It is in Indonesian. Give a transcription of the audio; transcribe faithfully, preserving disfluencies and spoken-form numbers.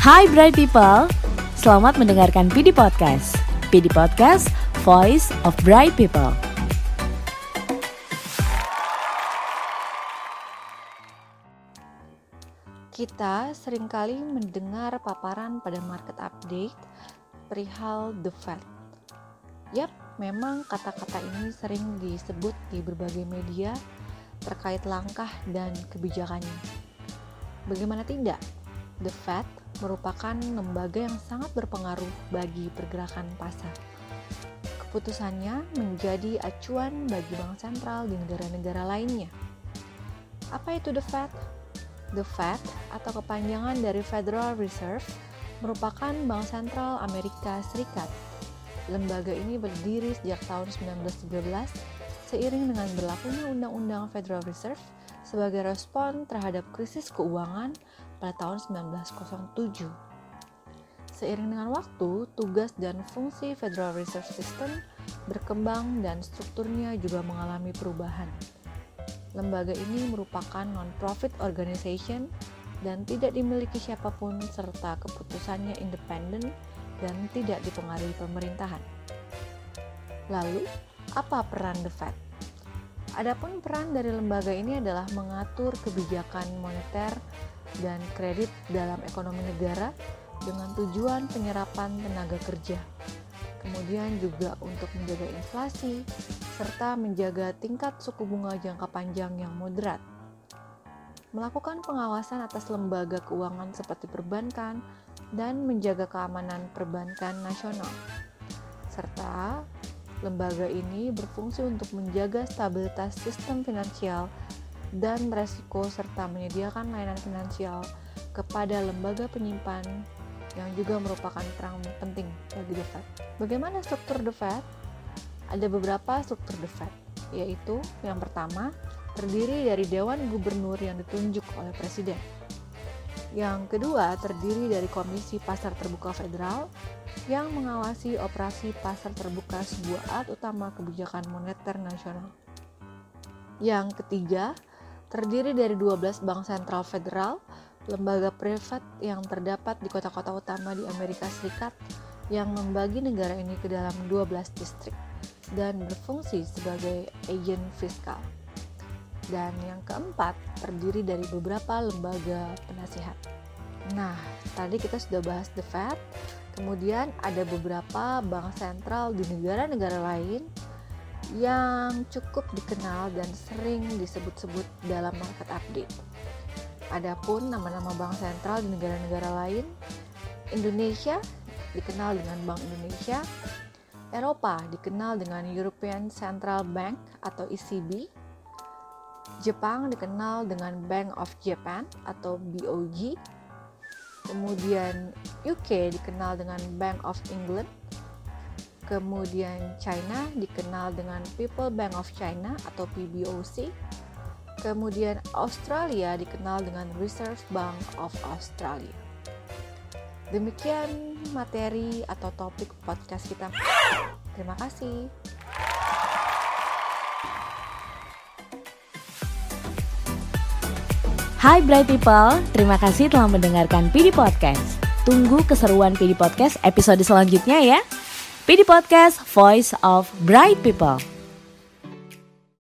Hai Bright People, selamat mendengarkan P D Podcast. P D Podcast, Voice of Bright People. Kita seringkali mendengar paparan pada market update perihal The Fed. Yap, memang kata-kata ini sering disebut di berbagai media terkait langkah dan kebijakannya. Bagaimana tidak? The Fed merupakan lembaga yang sangat berpengaruh bagi pergerakan pasar. Keputusannya menjadi acuan bagi bank sentral di negara-negara lainnya. Apa itu The Fed? The Fed atau kepanjangan dari Federal Reserve merupakan bank sentral Amerika Serikat. Lembaga ini berdiri sejak tahun sembilan belas tiga belas seiring dengan berlakunya Undang-Undang Federal Reserve sebagai respon terhadap krisis keuangan pada tahun sembilan belas nol tujuh. Seiring dengan waktu, tugas dan fungsi Federal Reserve System berkembang dan strukturnya juga mengalami perubahan. Lembaga ini merupakan non-profit organization dan tidak dimiliki siapapun serta keputusannya independen dan tidak dipengaruhi pemerintahan. Lalu, apa peran The Fed? Adapun peran dari lembaga ini adalah mengatur kebijakan moneter dan kredit dalam ekonomi negara dengan tujuan penyerapan tenaga kerja. Kemudian juga untuk menjaga inflasi serta menjaga tingkat suku bunga jangka panjang yang moderat. Melakukan pengawasan atas lembaga keuangan seperti perbankan dan menjaga keamanan perbankan nasional. Serta lembaga ini berfungsi untuk menjaga stabilitas sistem finansial dan resiko serta menyediakan layanan finansial kepada lembaga penyimpan yang juga merupakan peran penting bagi The Fed. Bagaimana struktur The Fed? Ada beberapa struktur The Fed, yaitu yang pertama terdiri dari Dewan Gubernur yang ditunjuk oleh Presiden. Yang kedua terdiri dari Komisi Pasar Terbuka Federal yang mengawasi operasi pasar terbuka sebuah alat utama kebijakan moneter nasional. Yang ketiga terdiri dari dua belas bank sentral federal, lembaga privat yang terdapat di kota-kota utama di Amerika Serikat yang membagi negara ini ke dalam dua belas distrik dan berfungsi sebagai agen fiskal. Dan yang keempat terdiri dari beberapa lembaga penasihat. Nah, tadi kita sudah bahas The Fed, kemudian ada beberapa bank sentral di negara-negara lain yang cukup dikenal dan sering disebut-sebut dalam market update. Adapun nama-nama bank sentral di negara-negara lain, Indonesia dikenal dengan Bank Indonesia, Eropa dikenal dengan European Central Bank atau E C B, Jepang dikenal dengan Bank of Japan atau B O J, kemudian U K dikenal dengan Bank of England, kemudian China dikenal dengan People Bank of China atau P B O C, kemudian Australia dikenal dengan Reserve Bank of Australia. Demikian materi atau topik podcast kita. Terima kasih. Hai Bright People, terima kasih telah mendengarkan P D Podcast. Tunggu keseruan P D Podcast episode selanjutnya ya. P D Podcast, Voice of Bright People.